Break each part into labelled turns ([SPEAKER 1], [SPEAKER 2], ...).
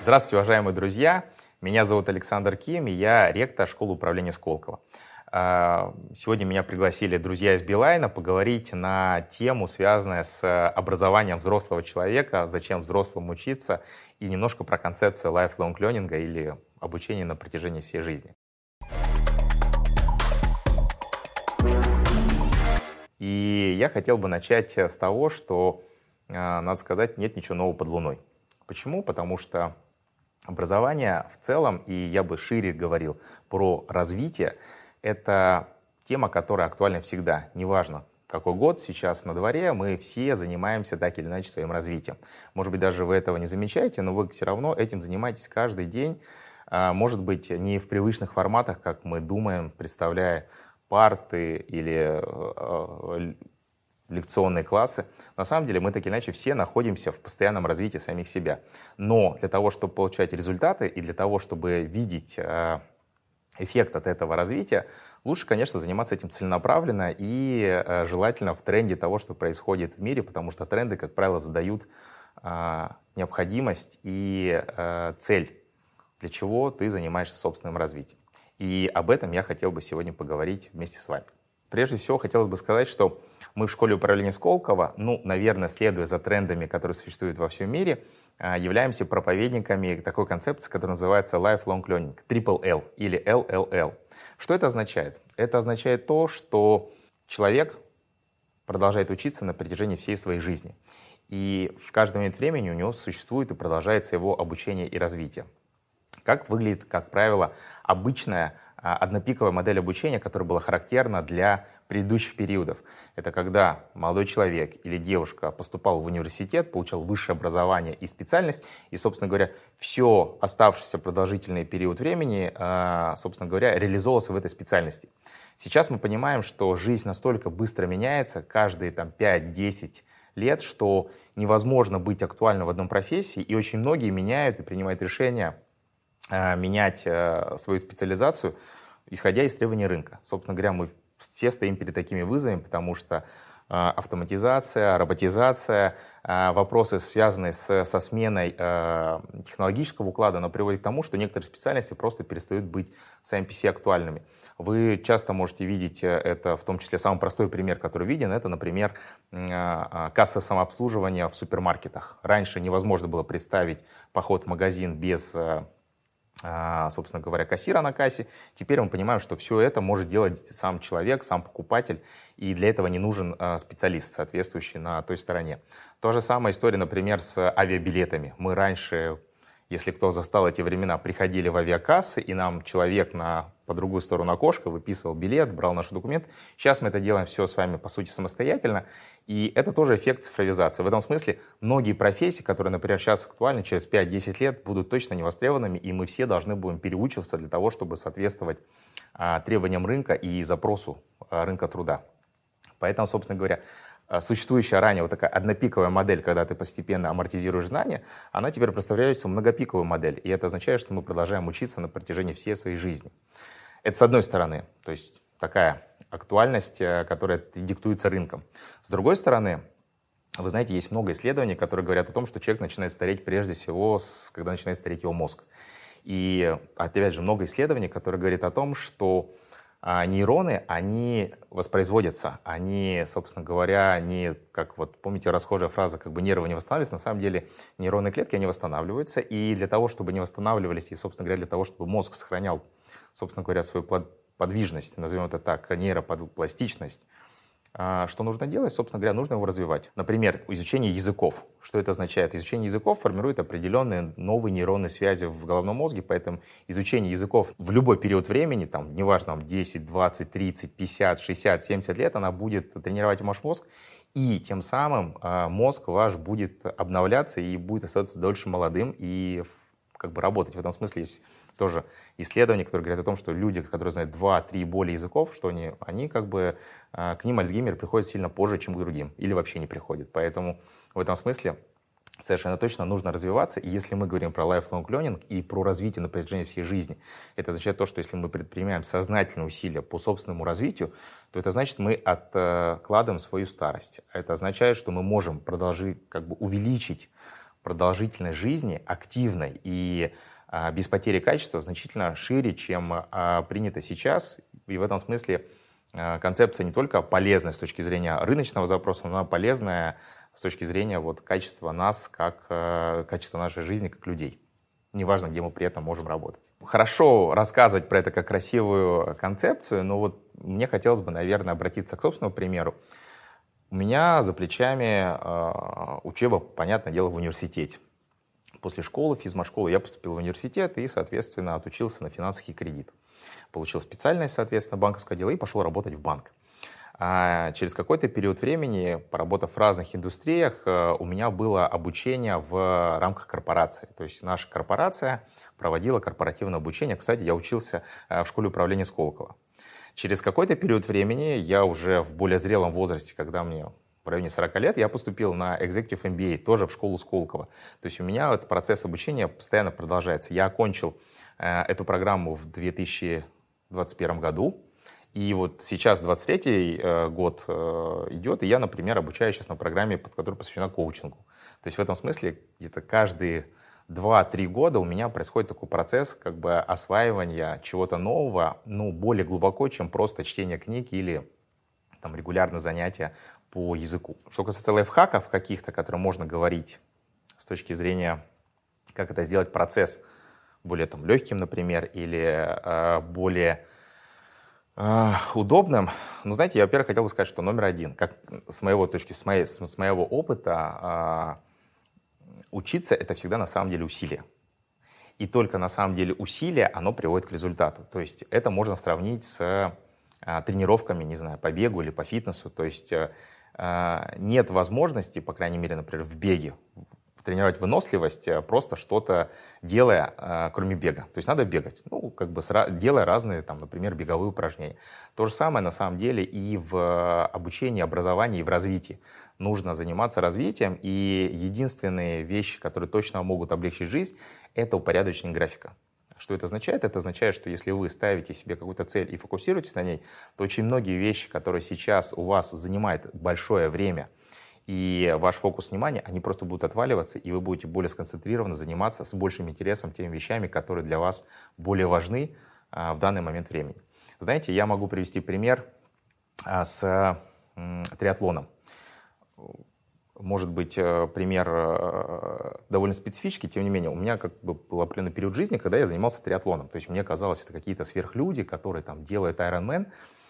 [SPEAKER 1] Здравствуйте, уважаемые друзья! Меня зовут Александр Ким, и я ректор школы управления Сколково. Сегодня меня пригласили друзья из Билайна поговорить на тему, связанную с образованием взрослого человека, зачем взрослым учиться, и немножко про концепцию lifelong learning или обучения на протяжении всей жизни. И я хотел бы начать с того, что, надо сказать, нет ничего нового под луной. Почему? Потому что образование в целом, и я бы шире говорил про развитие, это тема, которая актуальна всегда. Неважно, какой год сейчас на дворе, мы все занимаемся так или иначе своим развитием. Может быть, даже вы этого не замечаете, но вы все равно этим занимаетесь каждый день. Может быть, не в привычных форматах, как мы думаем, представляя парты или лекционные классы. На самом деле мы так или иначе все находимся в постоянном развитии самих себя. Но для того, чтобы получать результаты и для того, чтобы видеть эффект от этого развития, лучше, конечно, заниматься этим целенаправленно и желательно в тренде того, что происходит в мире, потому что тренды, как правило, задают необходимость и цель, для чего ты занимаешься собственным развитием. И об этом я хотел бы сегодня поговорить вместе с вами. Прежде всего, хотелось бы сказать, что мы в школе управления Сколково, наверное, следуя за трендами, которые существуют во всем мире, являемся проповедниками такой концепции, которая называется Lifelong Learning, Triple L или LLL. Что это означает? Это означает то, что человек продолжает учиться на протяжении всей своей жизни. И в каждый момент времени у него существует и продолжается его обучение и развитие. Как выглядит, как правило, обычная однопиковая модель обучения, которая была характерна для предыдущих периодов. Это когда молодой человек или девушка поступал в университет, получал высшее образование и специальность, и, собственно говоря, все оставшийся продолжительный период времени, собственно говоря, реализовывался в этой специальности. Сейчас мы понимаем, что жизнь настолько быстро меняется, каждые 5-10 лет, что невозможно быть актуальным в одной профессии, и очень многие меняют и принимают решения менять свою специализацию, исходя из требований рынка. Собственно говоря, мы все стоим перед такими вызовами, потому что автоматизация, роботизация, вопросы, связанные со сменой технологического уклада, она приводит к тому, что некоторые специальности просто перестают быть сами по себе актуальными. Вы часто можете видеть это, в том числе самый простой пример, который виден, это, например, касса самообслуживания в супермаркетах. Раньше невозможно было представить поход в магазин без, собственно говоря, кассира на кассе. Теперь мы понимаем, что все это может делать сам человек, сам покупатель, и для этого не нужен специалист, соответствующий на той стороне. То же самая история, например, с авиабилетами. Мы раньше, если кто застал эти времена, приходили в авиакассы, и нам человек по другую сторону окошка выписывал билет, брал наш документ. Сейчас мы это делаем все с вами, по сути, самостоятельно. И это тоже эффект цифровизации. В этом смысле многие профессии, которые, например, сейчас актуальны, через 5-10 лет будут точно невостребованными, и мы все должны будем переучиваться для того, чтобы соответствовать требованиям рынка и запросу рынка труда. Поэтому, собственно говоря, существующая ранее вот такая однопиковая модель, когда ты постепенно амортизируешь знания, она теперь представляется многопиковую модель. И это означает, что мы продолжаем учиться на протяжении всей своей жизни. Это с одной стороны, то есть такая актуальность, которая диктуется рынком. С другой стороны, вы знаете, есть много исследований, которые говорят о том, что человек начинает стареть прежде всего, когда начинает стареть его мозг. И опять же, много исследований, которые говорят о том, что нейроны, они воспроизводятся, они, собственно говоря, не, как вот, помните, расхожая фраза, как бы нервы не восстанавливаются, на самом деле нейронные клетки, они восстанавливаются, и для того, чтобы не восстанавливались, и, собственно говоря, для того, чтобы мозг сохранял, собственно говоря, свою подвижность, назовем это так, нейропластичность, что нужно делать? Собственно говоря, нужно его развивать. Например, изучение языков. Что это означает? Изучение языков формирует определенные новые нейронные связи в головном мозге, поэтому изучение языков в любой период времени, неважно, 10, 20, 30, 50, 60, 70 лет, она будет тренировать ваш мозг, и тем самым мозг ваш будет обновляться и будет остаться дольше молодым и работать. В этом смысле есть тоже исследования, которые говорят о том, что люди, которые знают 2-3 и более языков, что они к ним Альцгеймер приходит сильно позже, чем к другим, или вообще не приходит. Поэтому в этом смысле совершенно точно нужно развиваться. И если мы говорим про lifelong learning и про развитие на протяжении всей жизни, это означает то, что если мы предпринимаем сознательные усилия по собственному развитию, то это значит, мы откладываем свою старость. Это означает, что мы можем продолжить увеличить продолжительной жизни, активной и без потери качества значительно шире, чем принято сейчас. И в этом смысле концепция не только полезная с точки зрения рыночного запроса, но она полезная с точки зрения качества нас, как качества нашей жизни, как людей. Неважно, где мы при этом можем работать. Хорошо рассказывать про это как красивую концепцию, но мне хотелось бы, наверное, обратиться к собственному примеру. У меня за плечами учеба, понятное дело, в университете. После школы, физмат-школы, я поступил в университет и, соответственно, отучился на финансовый кредит. Получил специальность, соответственно, банковское дело и пошел работать в банк. А через какой-то период времени, поработав в разных индустриях, у меня было обучение в рамках корпорации. То есть наша корпорация проводила корпоративное обучение. Кстати, я учился в школе управления Сколково. Через какой-то период времени, я уже в более зрелом возрасте, когда мне в районе 40 лет, я поступил на Executive MBA, тоже в школу Сколково. То есть у меня этот процесс обучения постоянно продолжается. Я окончил эту программу в 2021 году. И сейчас 23-й год идет, и я, например, обучаюсь сейчас на программе, которая посвящена коучингу. То есть в этом смысле где-то каждые 2-3 года у меня происходит такой процесс осваивания чего-то нового, более глубоко, чем просто чтение книг или регулярное занятие по языку. Что касается лайфхаков каких-то, которые можно говорить с точки зрения, как это сделать процесс более легким, например, или более удобным. Знаете, я, во-первых, хотел бы сказать, что номер один, как с моего опыта, учиться — это всегда на самом деле усилие. И только на самом деле усилие, оно приводит к результату. То есть это можно сравнить с тренировками, не знаю, по бегу или по фитнесу. То есть нет возможности, по крайней мере, например, в беге, тренировать выносливость, просто что-то делая, кроме бега. То есть надо бегать, делая разные, например, беговые упражнения. То же самое на самом деле и в обучении, образовании, и в развитии. Нужно заниматься развитием, и единственные вещи, которые точно могут облегчить жизнь, это упорядочение графика. Что это означает? Это означает, что если вы ставите себе какую-то цель и фокусируетесь на ней, то очень многие вещи, которые сейчас у вас занимают большое время, и ваш фокус внимания, они просто будут отваливаться, и вы будете более сконцентрированно заниматься с большим интересом теми вещами, которые для вас более важны в данный момент времени. Знаете, я могу привести пример с триатлоном. Может быть, пример довольно специфический, тем не менее, у меня был определенный период жизни, когда я занимался триатлоном. То есть мне казалось, это какие-то сверхлюди, которые делают Ironman.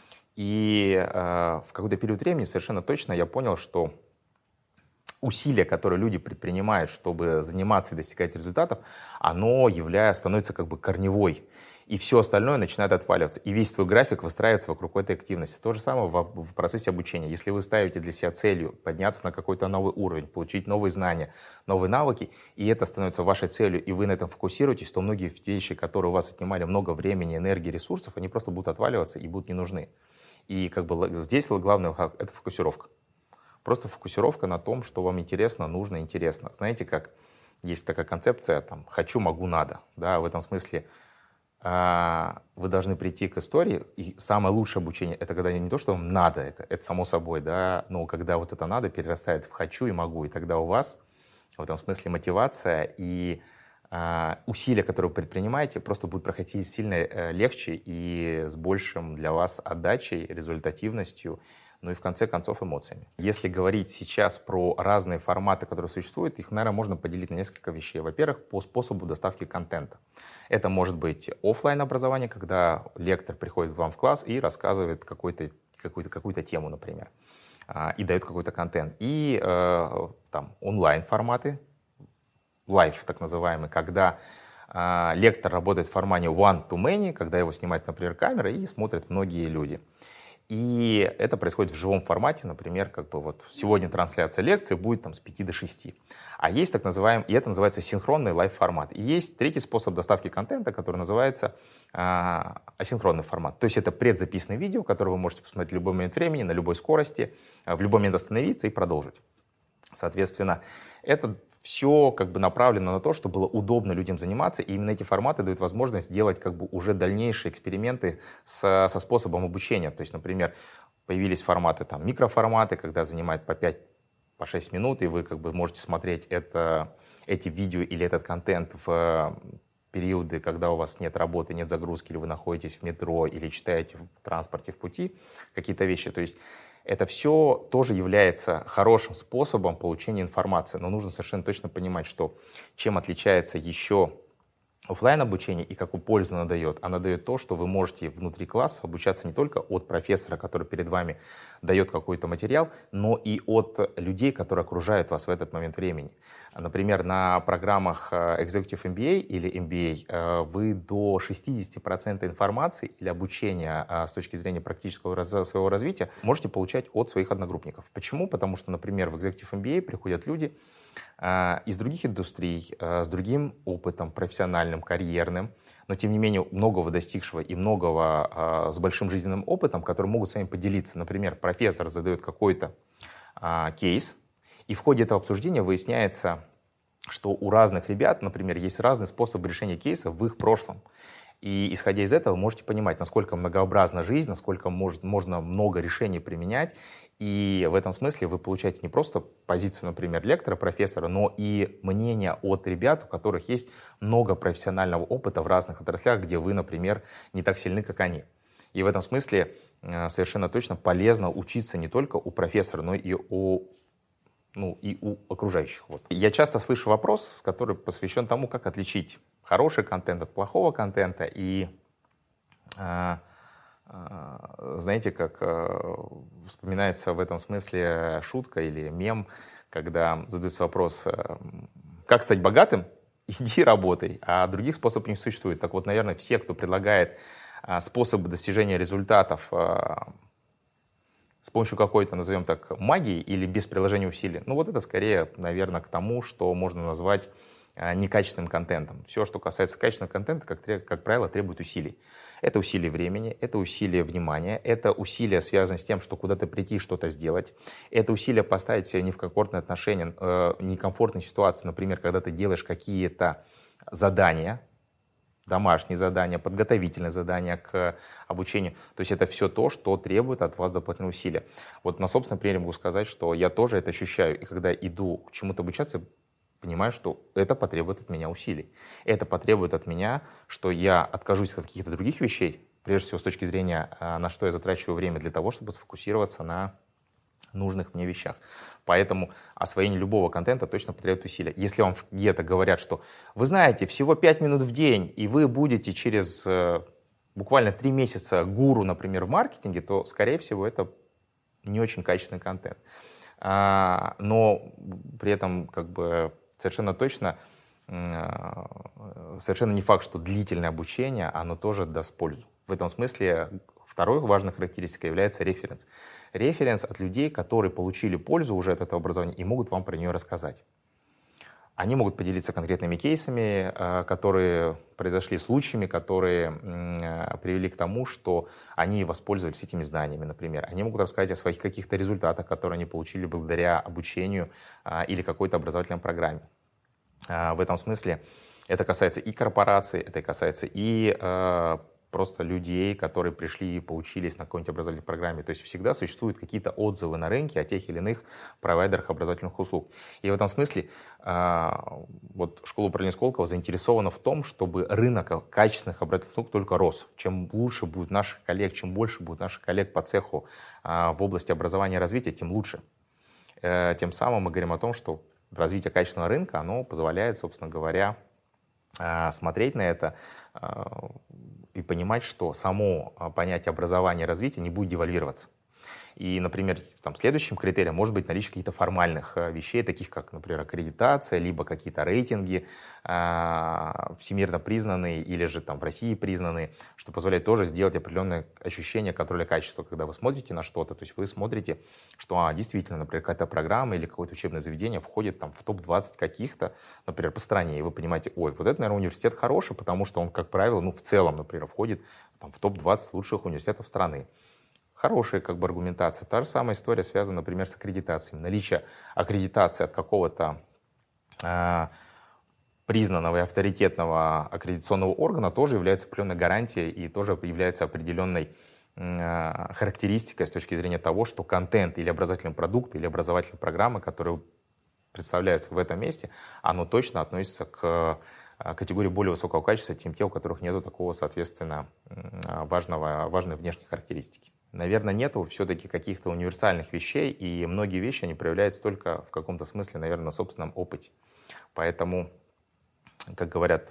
[SPEAKER 1] И в какой-то период времени совершенно точно я понял, что усилия, которые люди предпринимают, чтобы заниматься и достигать результатов, оно становится корневой. И все остальное начинает отваливаться. И весь твой график выстраивается вокруг этой активности. То же самое в процессе обучения. Если вы ставите для себя целью подняться на какой-то новый уровень, получить новые знания, новые навыки, и это становится вашей целью, и вы на этом фокусируетесь, то многие вещи, которые у вас отнимали много времени, энергии, ресурсов, они просто будут отваливаться и будут не нужны. И здесь главное — это фокусировка. Просто фокусировка на том, что вам интересно, нужно, интересно. Знаете, как есть такая концепция «хочу, могу, надо». Да, в этом смысле вы должны прийти к истории, и самое лучшее обучение — это когда не то, что вам надо, это само собой, да, но когда это надо перерастает в «хочу» и «могу», и тогда у вас в этом смысле мотивация и усилия, которые вы предпринимаете, просто будут проходить сильно легче и с большим для вас отдачей, результативностью, и в конце концов эмоциями. Если говорить сейчас про разные форматы, которые существуют, их, наверное, можно поделить на несколько вещей. Во-первых, по способу доставки контента. Это может быть офлайн образование, когда лектор приходит к вам в класс и рассказывает какую-то тему, например, и дает какой-то контент. И онлайн форматы, лайв так называемый, когда лектор работает в формате one-to-many, когда его снимает, например, камера и смотрят многие люди. И это происходит в живом формате, например, сегодня трансляция лекции будет с 5 до 6. А есть так называемый, и это называется синхронный лайв-формат. И есть третий способ доставки контента, который называется асинхронный формат. То есть это предзаписанное видео, которое вы можете посмотреть в любой момент времени, на любой скорости, в любой момент остановиться и продолжить. Соответственно, это все направлено на то, чтобы было удобно людям заниматься, и именно эти форматы дают возможность делать уже дальнейшие эксперименты со способом обучения. То есть, например, появились форматы, микроформаты, когда занимает по 5 по 6 минут, и вы как бы можете смотреть эти видео или этот контент в периоды, когда у вас нет работы, нет загрузки, или вы находитесь в метро, или читаете в транспорте, в пути какие-то вещи. То есть это все тоже является хорошим способом получения информации. Но нужно совершенно точно понимать, что чем отличается еще офлайн обучение и какую пользу она дает? Она дает то, что вы можете внутри класса обучаться не только от профессора, который перед вами дает какой-то материал, но и от людей, которые окружают вас в этот момент времени. Например, на программах Executive MBA или MBA вы до 60% информации или обучения с точки зрения практического своего развития можете получать от своих одногруппников. Почему? Потому что, например, в Executive MBA приходят люди из других индустрий, с другим опытом профессиональным, карьерным, но тем не менее многого достигшего и многого с большим жизненным опытом, которые могут с вами поделиться. Например, профессор задает какой-то кейс, и в ходе этого обсуждения выясняется, что у разных ребят, например, есть разный способ решения кейса в их прошлом. И исходя из этого, вы можете понимать, насколько многообразна жизнь, насколько можно много решений применять. И в этом смысле вы получаете не просто позицию, например, лектора, профессора, но и мнение от ребят, у которых есть много профессионального опыта в разных отраслях, где вы, например, не так сильны, как они. И в этом смысле совершенно точно полезно учиться не только у профессора, но и у окружающих. Вот. Я часто слышу вопрос, который посвящен тому, как отличить хороший контент от плохого контента. И знаете, как вспоминается в этом смысле шутка или мем, когда задается вопрос, как стать богатым? Иди работай, а других способов не существует. Так вот, наверное, все, кто предлагает способы достижения результатов с помощью какой-то, назовем так, магии или без приложения усилий, ну вот это скорее, наверное, к тому, что можно назвать некачественным контентом. Все, что касается качественного контента, как правило, требует усилий. Это усилие времени, это усилие внимания, это усилия, связанные с тем, что куда-то прийти и что-то сделать. Это усилие поставить себя не в комфортные отношения, некомфортные ситуации, например, когда ты делаешь какие-то задания, домашние задания, подготовительные задания к обучению. То есть это все то, что требует от вас дополнительного усилия. Вот на собственном примере могу сказать, что я тоже это ощущаю. И когда иду к чему-то обучаться, понимаю, что это потребует от меня усилий. Это потребует от меня, что я откажусь от каких-то других вещей, прежде всего с точки зрения, на что я затрачиваю время для того, чтобы сфокусироваться на нужных мне вещах. Поэтому освоение любого контента точно потребует усилия. Если вам где-то говорят, что вы знаете, всего 5 минут в день, и вы будете через буквально 3 месяца гуру, например, в маркетинге, то, скорее всего, это не очень качественный контент. Но при этом как бы совершенно точно, совершенно не факт, что длительное обучение, оно тоже даст пользу. В этом смысле второй важной характеристикой является референс. Референс от людей, которые получили пользу уже от этого образования и могут вам про нее рассказать. Они могут поделиться конкретными кейсами, которые произошли, случаями, которые привели к тому, что они воспользовались этими знаниями, например. Они могут рассказать о своих каких-то результатах, которые они получили благодаря обучению или какой-то образовательной программе. В этом смысле это касается и корпораций, это касается и просто людей, которые пришли и поучились на какой-нибудь образовательной программе. То есть всегда существуют какие-то отзывы на рынке о тех или иных провайдерах образовательных услуг. И в этом смысле вот школа управления Сколково заинтересована в том, чтобы рынок качественных образовательных услуг только рос. Чем лучше будет наших коллег, чем больше будет наших коллег по цеху в области образования и развития, тем лучше. Тем самым мы говорим о том, что развитие качественного рынка, оно позволяет, собственно говоря, смотреть на это и понимать, что само понятие образования и развития не будет девальвироваться. И, например, там, следующим критерием может быть наличие каких-то формальных вещей, таких как, например, аккредитация, либо какие-то рейтинги всемирно признанные или же там, в России признанные, что позволяет тоже сделать определенное ощущение контроля качества, когда вы смотрите на что-то. То есть вы смотрите, что действительно, например, какая-то программа или какое-то учебное заведение входит там, в топ-20 каких-то, например, по стране, и вы понимаете, ой, вот это, наверное, университет хороший, потому что он, как правило, в целом, например, входит там, в топ-20 лучших университетов страны. Хорошая как бы аргументация. Та же самая история связана, например, с аккредитацией. Наличие аккредитации от какого-то признанного и авторитетного аккредитационного органа тоже является определенной гарантией и тоже является определенной характеристикой с точки зрения того, что контент или образовательный продукт, или образовательные программы, которые представляются в этом месте, оно точно относится к категории более высокого качества, чем те, у которых нету такого, соответственно, важной внешней характеристики. Наверное, нету все-таки каких-то универсальных вещей, и многие вещи, они проявляются только в каком-то смысле, наверное, на собственном опыте. Поэтому, как говорят,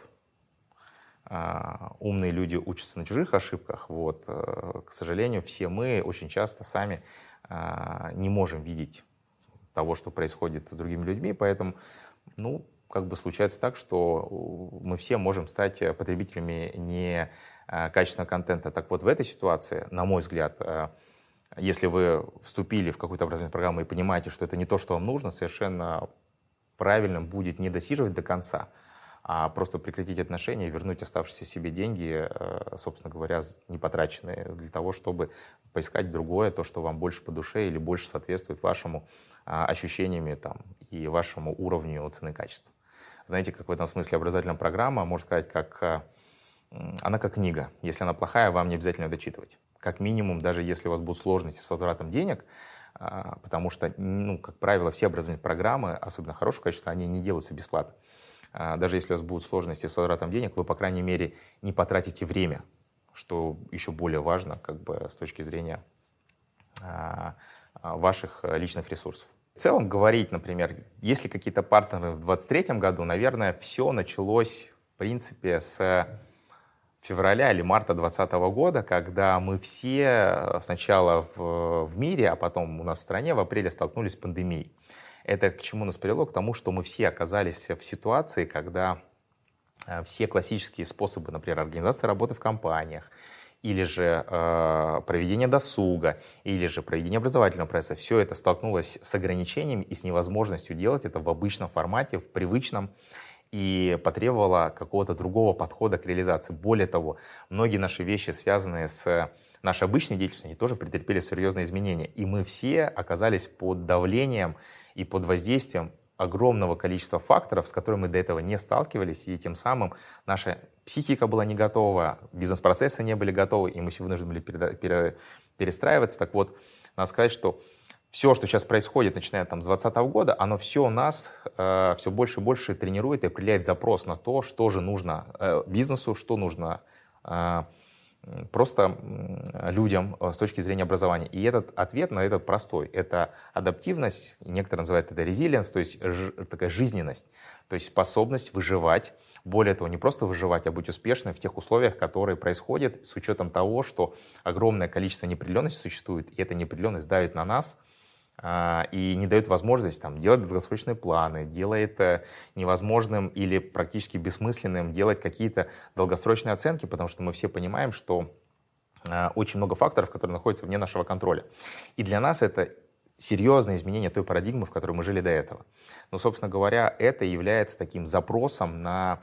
[SPEAKER 1] умные люди учатся на чужих ошибках. Вот. К сожалению, все мы очень часто сами не можем видеть того, что происходит с другими людьми, поэтому, как бы случается так, что мы все можем стать потребителями некачественного контента. Так вот, в этой ситуации, на мой взгляд, если вы вступили в какую-то образовательную программу и понимаете, что это не то, что вам нужно, совершенно правильным будет не досиживать до конца, а просто прекратить отношения и вернуть оставшиеся себе деньги, собственно говоря, не потраченные, для того, чтобы поискать другое, то, что вам больше по душе или больше соответствует вашему ощущениями и вашему уровню цены и качества. Знаете, как в этом смысле образовательная программа, можно сказать, она как книга. Если она плохая, вам не обязательно ее дочитывать. Как минимум, даже если у вас будут сложности с возвратом денег, потому что, как правило, все образовательные программы, особенно хорошего качества, они не делаются бесплатно. Даже если у вас будут сложности с возвратом денег, вы, по крайней мере, не потратите время, что еще более важно с точки зрения ваших личных ресурсов. В целом говорить, например, есть ли какие-то партнеры в 2023 году, наверное, все началось, в принципе, с февраля или марта 2020 года, когда мы все сначала в мире, а потом у нас в стране в апреле столкнулись с пандемией. Это к чему нас привело? К тому, что мы все оказались в ситуации, когда все классические способы, например, организации работы в компаниях, или же проведение досуга, или же проведение образовательного процесса, все это столкнулось с ограничениями и с невозможностью делать это в обычном формате, в привычном, и потребовало какого-то другого подхода к реализации. Более того, многие наши вещи, связанные с нашей обычной деятельностью, они тоже претерпели серьезные изменения. И мы все оказались под давлением и под воздействием огромного количества факторов, с которыми мы до этого не сталкивались, и тем самым наша психика была не готова, бизнес-процессы не были готовы, и мы все вынуждены были перестраиваться. Так вот, надо сказать, что все, что сейчас происходит, начиная с 2020 года, оно все нас все больше и больше тренирует и определяет запрос на то, что же нужно бизнесу, что нужно просто людям с точки зрения образования. И этот ответ на этот простой. Это адаптивность, некоторые называют это resilience, то есть такая жизненность, то есть способность выживать. Более того, не просто выживать, а быть успешным в тех условиях, которые происходят, с учетом того, что огромное количество неопределенности существует, и эта неопределенность давит на нас, и не дает возможность делать долгосрочные планы, делает невозможным или практически бессмысленным делать какие-то долгосрочные оценки, потому что мы все понимаем, что очень много факторов, которые находятся вне нашего контроля. И для нас это серьезное изменение той парадигмы, в которой мы жили до этого. Но, собственно говоря, это является таким запросом,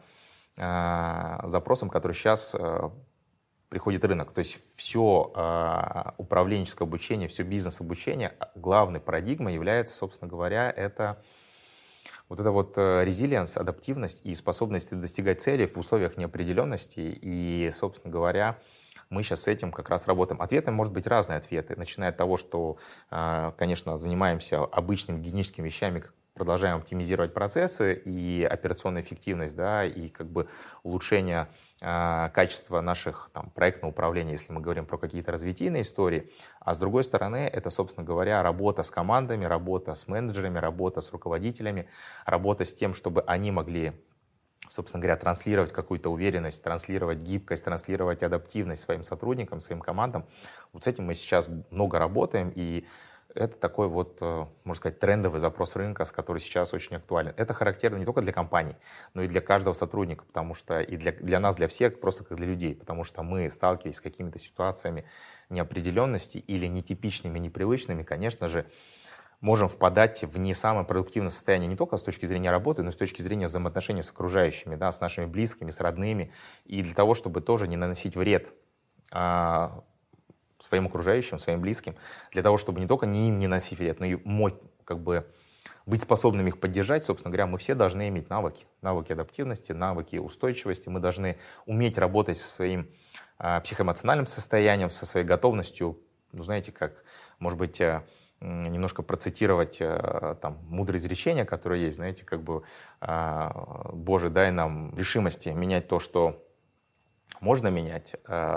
[SPEAKER 1] который сейчас приходит рынок. То есть все управленческое обучение, все бизнес-обучение, главной парадигмой является, собственно говоря, это резилиенс, адаптивность и способность достигать целей в условиях неопределенности. И, собственно говоря, мы сейчас с этим как раз работаем. Ответы может быть разные ответы, начиная от того, что, конечно, занимаемся обычными гигиеническими вещами, продолжаем оптимизировать процессы и операционную эффективность, и улучшение качества наших проектного управления, если мы говорим про какие-то развитийные истории. А с другой стороны, это, собственно говоря, работа с командами, работа с менеджерами, работа с руководителями, работа с тем, чтобы они могли, собственно говоря, транслировать какую-то уверенность, транслировать гибкость, транслировать адаптивность своим сотрудникам, своим командам. Вот с этим мы сейчас много работаем, и это такой можно сказать, трендовый запрос рынка, с который сейчас очень актуален. Это характерно не только для компаний, но и для каждого сотрудника, потому что и для нас, для всех, просто как для людей, потому что мы, сталкиваясь с какими-то ситуациями неопределенности или нетипичными, непривычными, конечно же, можем впадать в не самое продуктивное состояние не только с точки зрения работы, но и с точки зрения взаимоотношений с окружащими, с нашими близкими, с родными, и для того, чтобы тоже не наносить вред своим окружающим, своим близким, для того, чтобы не только им не наносить вред, но и быть способными их поддержать, собственно говоря, мы все должны иметь навыки адаптивности, навыки устойчивости, мы должны уметь работать со своим психоэмоциональным состоянием, со своей готовностью, ну, знаете, как, может быть, немножко процитировать там мудрые изречения, которые есть, знаете, как бы «Боже, дай нам решимости менять то, что можно менять,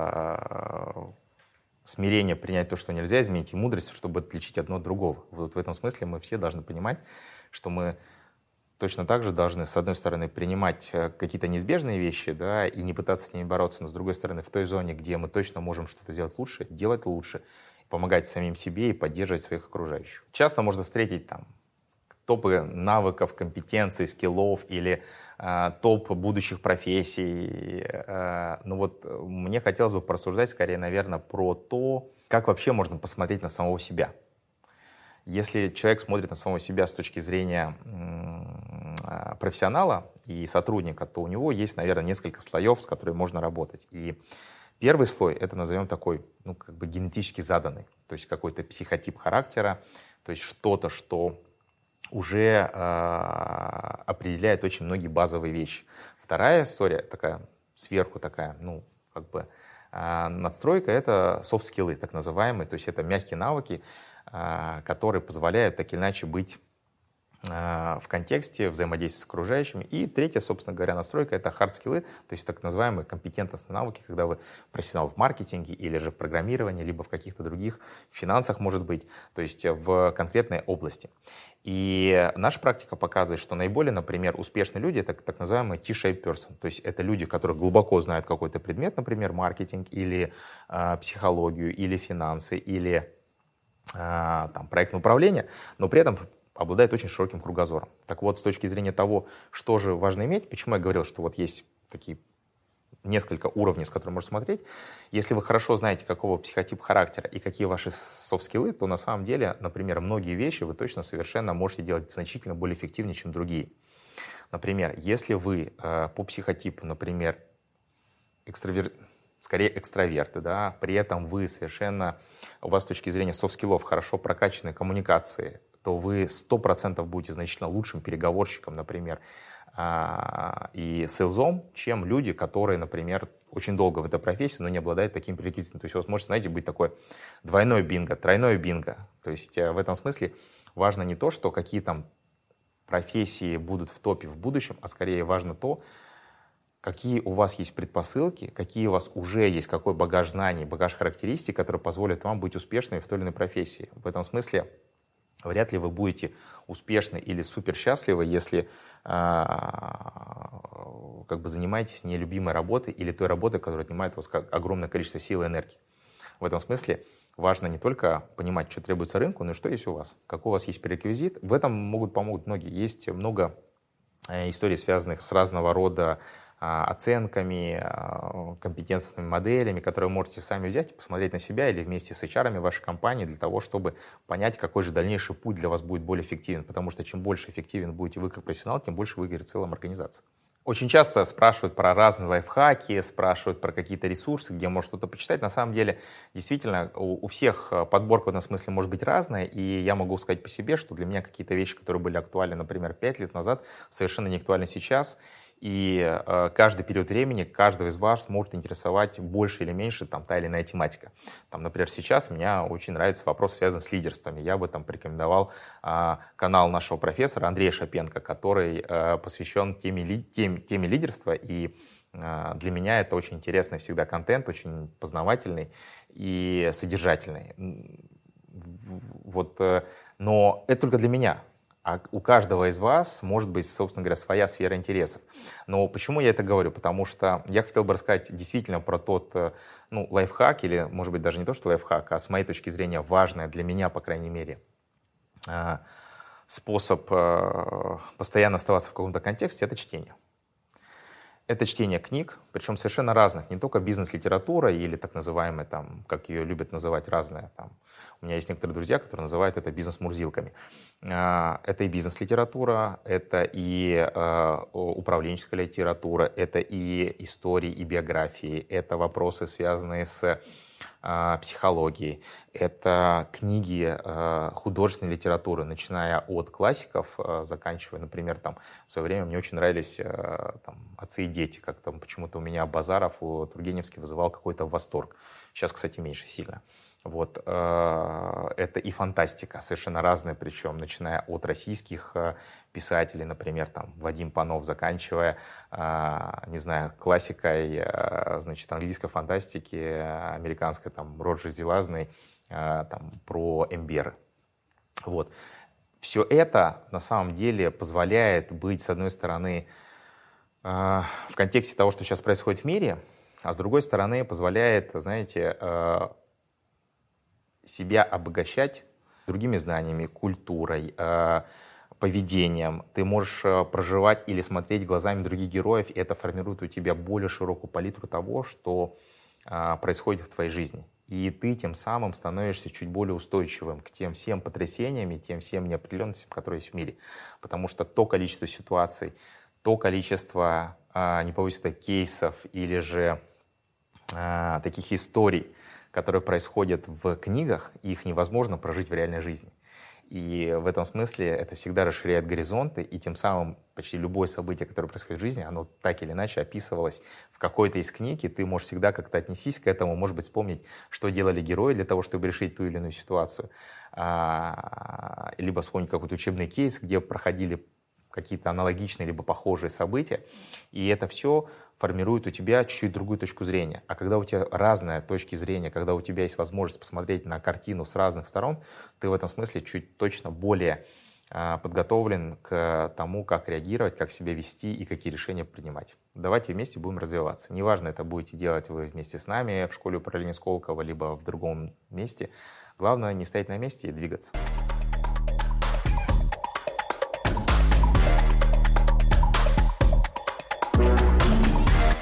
[SPEAKER 1] смирение принять то, что нельзя изменить, и мудрость, чтобы отличить одно от другого». Вот в этом смысле мы все должны понимать, что мы точно так же должны, с одной стороны, принимать какие-то неизбежные вещи, да, и не пытаться с ними бороться, но с другой стороны, в той зоне, где мы точно можем что-то сделать лучше, делать лучше, помогать самим себе и поддерживать своих окружающих. Часто можно встретить там топы навыков, компетенций, скиллов или топ будущих профессий. Но вот мне хотелось бы порассуждать скорее, наверное, про то, как вообще можно посмотреть на самого себя. Если человек смотрит на самого себя с точки зрения профессионала и сотрудника, то у него есть, наверное, несколько слоев, с которыми можно работать. И первый слой — это, назовем, такой, ну, как бы генетически заданный, то есть какой-то психотип характера, то есть что-то, что уже определяет очень многие базовые вещи. Вторая история, такая сверху такая, ну, как бы надстройка — это софт-скиллы, так называемые, то есть это мягкие навыки, которые позволяют так или иначе быть в контексте взаимодействия с окружающими. И третья, собственно говоря, настройка — это hard-скиллы, то есть так называемые компетентностные навыки, когда вы профессионал в маркетинге или же в программировании, либо в каких-то других финансах, может быть, то есть в конкретной области. И наша практика показывает, что наиболее, например, успешные люди — это так называемый T-shaped person, то есть это люди, которые глубоко знают какой-то предмет, например, маркетинг или психологию, или финансы, или там, проектное управление, но при этом обладает очень широким кругозором. Так вот, с точки зрения того, что же важно иметь, почему я говорил, что вот есть такие несколько уровней, с которыми можно смотреть. Если вы хорошо знаете, какого психотипа характера и какие ваши софт-скиллы, то на самом деле, например, многие вещи вы точно совершенно можете делать значительно более эффективнее, чем другие. Например, если вы по психотипу, например, скорее экстраверты, да, при этом вы совершенно, у вас с точки зрения софт-скиллов хорошо прокачанные коммуникации, то вы 100% будете значительно лучшим переговорщиком, например, и сейлзом, чем люди, которые, например, очень долго в этой профессии, но не обладают таким пререквизитом. То есть у вас может, знаете, быть такое двойное бинго, тройное бинго. То есть в этом смысле важно не то, что какие там профессии будут в топе в будущем, а скорее важно то, какие у вас есть предпосылки, какие у вас уже есть, какой багаж знаний, багаж характеристик, которые позволят вам быть успешными в той или иной профессии. В этом смысле вряд ли вы будете успешны или супер счастливы, если как бы занимаетесь нелюбимой работой или той работой, которая отнимает у вас огромное количество сил и энергии. В этом смысле важно не только понимать, что требуется рынку, но и что есть у вас, какой у вас есть пререквизит. В этом помогут многие. Есть много историй, связанных с разного рода оценками, компетентными моделями, которые вы можете сами взять и посмотреть на себя или вместе с HR вашей компании для того, чтобы понять, какой же дальнейший путь для вас будет более эффективен. Потому что чем больше эффективен будете вы как профессионал, тем больше выиграет в целом организация. Очень часто спрашивают про разные лайфхаки, спрашивают про какие-то ресурсы, где можно что-то почитать. На самом деле, действительно, у всех подборка в этом смысле может быть разная, и я могу сказать по себе, что для меня какие-то вещи, которые были актуальны, например, 5 лет назад, совершенно не актуальны сейчас. И каждый период времени каждого из вас может интересовать больше или меньше там, та или иная тематика. Там, например, сейчас мне очень нравится вопрос, связанный с лидерством. Я бы там порекомендовал канал нашего профессора Андрея Шапенко, который посвящен теме лидерства. И для меня это очень интересный всегда контент, очень познавательный и содержательный. Вот, но это только для меня. А у каждого из вас может быть, собственно говоря, своя сфера интересов. Но почему я это говорю? Потому что я хотел бы рассказать действительно про тот лайфхак, или, может быть, даже не то, что лайфхак, а с моей точки зрения важное для меня, по крайней мере, способ постоянно оставаться в каком-то контексте — это чтение. Это чтение книг, причем совершенно разных, не только бизнес-литература или так называемая, там, как ее любят называть, разная. Там. У меня есть некоторые друзья, которые называют это бизнес-мурзилками. Это и бизнес-литература, это и управленческая литература, это и истории, и биографии, это вопросы, связанные с психологии, это книги художественной литературы, начиная от классиков, заканчивая, например, там, в свое время мне очень нравились там, «Отцы и дети», как там почему-то у меня Базаров, у Тургеневский вызывал какой-то восторг. Сейчас, кстати, меньше сильно. Вот, это и фантастика, совершенно разная, причем, начиная от российских писателей, например, там, Вадим Панов, заканчивая, не знаю, классикой, значит, английской фантастики, американской, там, Роджер Зелазный, там, про Эмберы. Вот. Все это, на самом деле, позволяет быть, с одной стороны, в контексте того, что сейчас происходит в мире, а с другой стороны, позволяет, знаете, себя обогащать другими знаниями, культурой, поведением. Ты можешь проживать или смотреть глазами других героев, и это формирует у тебя более широкую палитру того, что происходит в твоей жизни. И ты тем самым становишься чуть более устойчивым к тем всем потрясениям и тем всем неопределенностям, которые есть в мире. Потому что то количество ситуаций, то количество, не побоюсь, кейсов или же таких историй, которые происходят в книгах, их невозможно прожить в реальной жизни. И в этом смысле это всегда расширяет горизонты, и тем самым почти любое событие, которое происходит в жизни, оно так или иначе описывалось в какой-то из книг, и ты можешь всегда как-то отнестись к этому, может быть, вспомнить, что делали герои для того, чтобы решить ту или иную ситуацию. Либо вспомнить какой-то учебный кейс, где проходили какие-то аналогичные либо похожие события, и это все формирует у тебя чуть-чуть другую точку зрения. А когда у тебя разные точки зрения, когда у тебя есть возможность посмотреть на картину с разных сторон, ты в этом смысле чуть точно более подготовлен к тому, как реагировать, как себя вести и какие решения принимать. Давайте вместе будем развиваться. Неважно, это будете делать вы вместе с нами в школе управления Сколково, либо в другом месте. Главное не стоять на месте и двигаться.